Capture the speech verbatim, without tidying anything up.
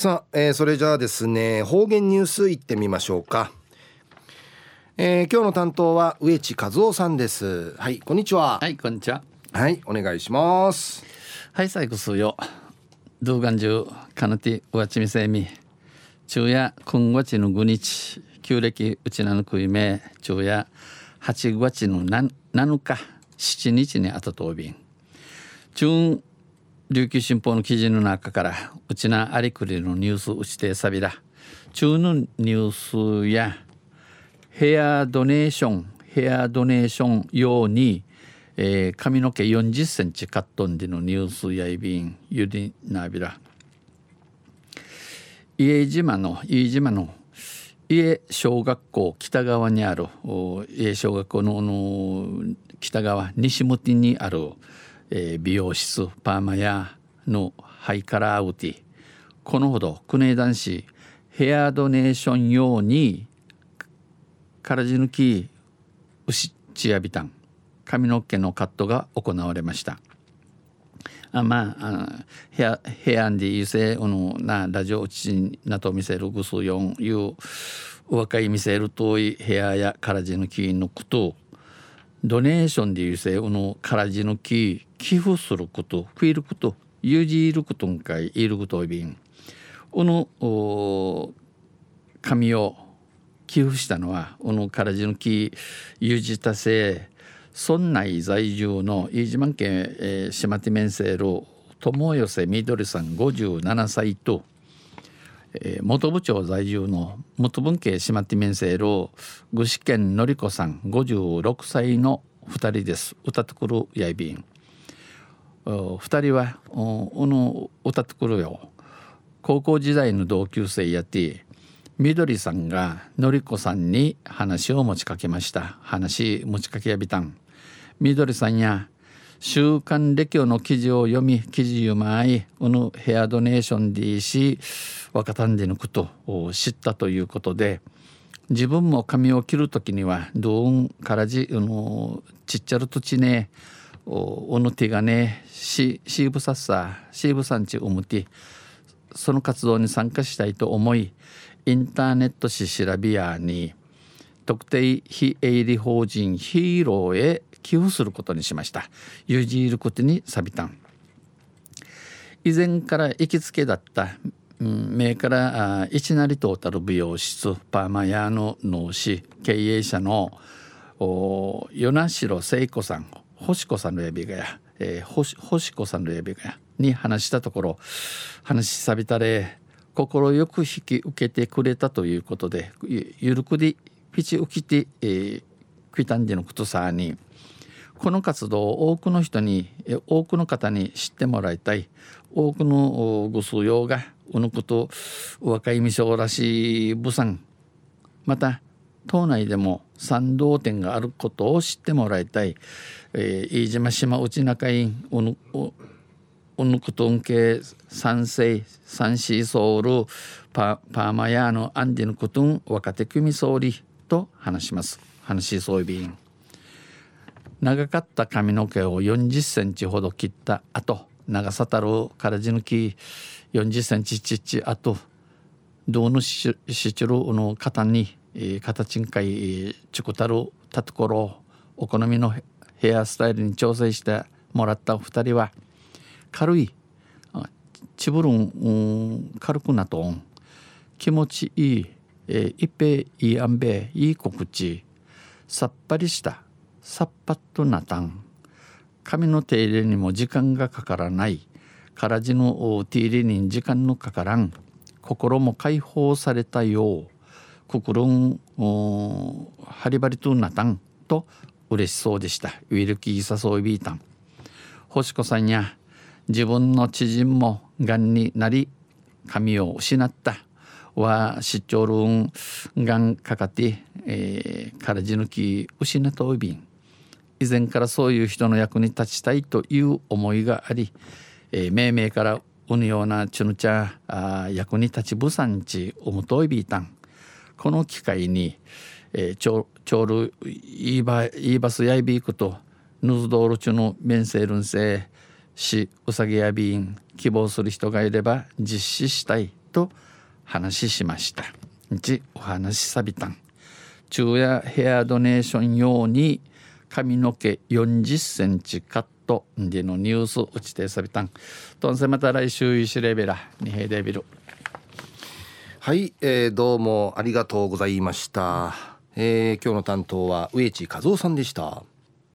さあ、えー、それじゃあですね、方言ニュースいってみましょうか。えー、今日の担当は植地和夫さんです。はい、こんにちは。 はい、こんにちは。 はい、お願いします。 はい、最後数よ。動画中かなてうわちみせみ昼夜くんわちのぐにち旧暦うちなのくいめ昼夜はちがつのなのかしちにちにあたとおびん中琉球新報の記事の中からうちなありくりのニュースうちてさびら中のニュースやヘアドネーションヘアドネーション用に、えー、髪の毛よんじゅっセンチカットンでのニュースやいびんゆりなびら家島の家島の家小学校北側にある家小学校 の, の北側西向きにある、えー、美容室パーマ屋のハイカラーウティこのほど国枝男子ヘアドネーション用にからじ抜き牛ちやびたん髪の毛のカットが行われました。あまあ、あヘアヘアンディユセおのなラジオうちなと見せるぐすよんいう若い見せるといヘアやからじ抜きのことドネーションでユセおのからじ抜き寄付することフィールことユジールことんかいいることいびんおのお髪を寄付したのはおのからじ抜きユジタセ村内在住の飯島県、えー、島手面セール友寄みどりさんごじゅうななさいと、えー、元部長在住の元文家島手面セール具志堅のり子さんごじゅうろくさいのふたりです。歌ってくるやいびんふたりはおの歌ってくるよ高校時代の同級生やってみどりさんがのりこさんに話を持ちかけました。話持ちかけやびたんみどりさんや週刊歴史の記事を読み記事読まいうぬヘアドネーションでいいし若たんでのことを知ったということで自分も髪を切るときにはどうんからじうのちっちゃる土地ねおぬ手がねしシーブサッサシーブサンチウムティその活動に参加したいと思いインターネットし調べやに特定非営利法人ヒーローへ寄付することにしました。ユジールことにサビタン以前から行きつけだった、うん、名から一なりトータル美容室パーマヤーの農師経営者の与那城聖子さん星子さんのやびがや、えー、星, 星子さんのやびがやに話したところ話しさびたれ心よく引き受けてくれたということでゆるくりピチウキティ、えー、クイタンジのことさにこの活動を多くの人に多くの方に知ってもらいたい多くのご数用がうぬこと若いみしょうらしい部産また島内でも賛同店があることを知ってもらいたい、えー、飯島島内中院うぬうぬことんけ三世三子ソウルパパーマヤーのアンディのことん若手組総理と話します話しそういびん長かった髪の毛をよんじゅっセンチほど切った後長さたるからじ抜きよんじゅっセンチちっちあとどうのししちるの型に、えー、形んかいちくたるたところお好みのヘアスタイルに調整してもらったふたりは軽いちぶるん、うん、軽くなとん気持ちいい、えー、一平いいあんべいい心地さっぱりしたさっぱっとなたん髪の手入れにも時間がかからないからじの手入れに時間のかからん心も解放されたよう心んハリバリとなたんと嬉しそうでした。ウィルキーサソイビータン星子さんや自分の知人もがんになり髪を失ったはしっちょるんがんかかって、えー、からじ抜き失ったおいびん以前からそういう人の役に立ちたいという思いがあり、えー、命名からうぬようなチュヌチャあ役に立ちぶさんちおむといびいたんこの機会に、えー、ちょちょるいいばいいばすやいびいくとヌズドールチュの面せるんせしうさぎやびん希望する人がいれば実施したいと話しました。じお話しさびたん昼夜ヘアドネーション用に髪の毛よんじゅっセンチカットでのニュース打ちてさびたんとんせまた来週いしレベラにへいデビル。 はい、えー、どうもありがとうございました。えー、今日の担当は植地和夫さんでした。